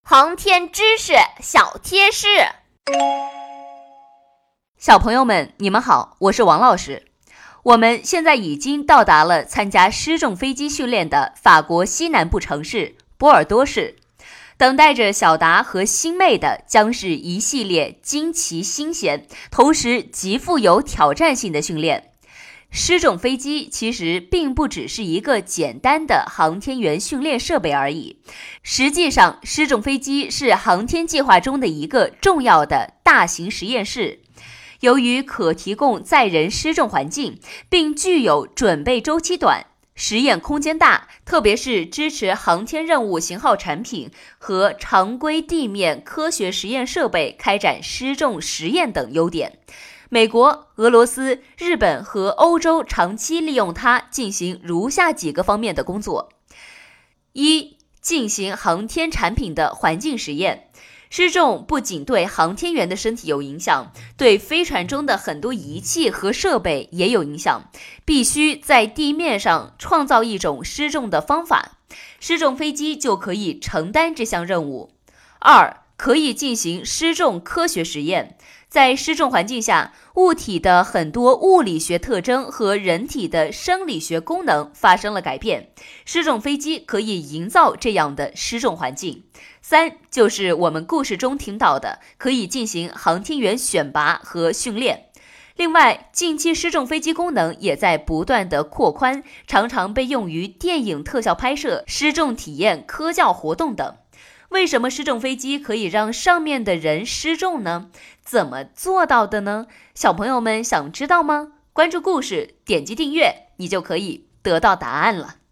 航天知识小贴士。 小朋友们，你们好，我是王老师。我们现在已经到达了参加失重飞机训练的法国西南部城市波尔多市，等待着小达和星妹的将是一系列惊奇新鲜，同时极富有挑战性的训练。失重飞机其实并不只是一个简单的航天员训练设备而已，实际上失重飞机是航天计划中的一个重要的大型实验室。由于可提供载人失重环境，并具有准备周期短、实验空间大，特别是支持航天任务型号产品和常规地面科学实验设备开展失重实验等优点，美国、俄罗斯、日本和欧洲长期利用它进行如下几个方面的工作：一、进行航天产品的环境实验。失重不仅对航天员的身体有影响，对飞船中的很多仪器和设备也有影响，必须在地面上创造一种失重的方法，失重飞机就可以承担这项任务。二、可以进行失重科学实验。在失重环境下，物体的很多物理学特征和人体的生理学功能发生了改变，失重飞机可以营造这样的失重环境。三，就是我们故事中听到的，可以进行航天员选拔和训练。另外，近期失重飞机功能也在不断的扩宽，常常被用于电影特效拍摄、失重体验、科教活动等。为什么失重飞机可以让上面的人失重呢？怎么做到的呢？小朋友们想知道吗？关注故事，点击订阅，你就可以得到答案了。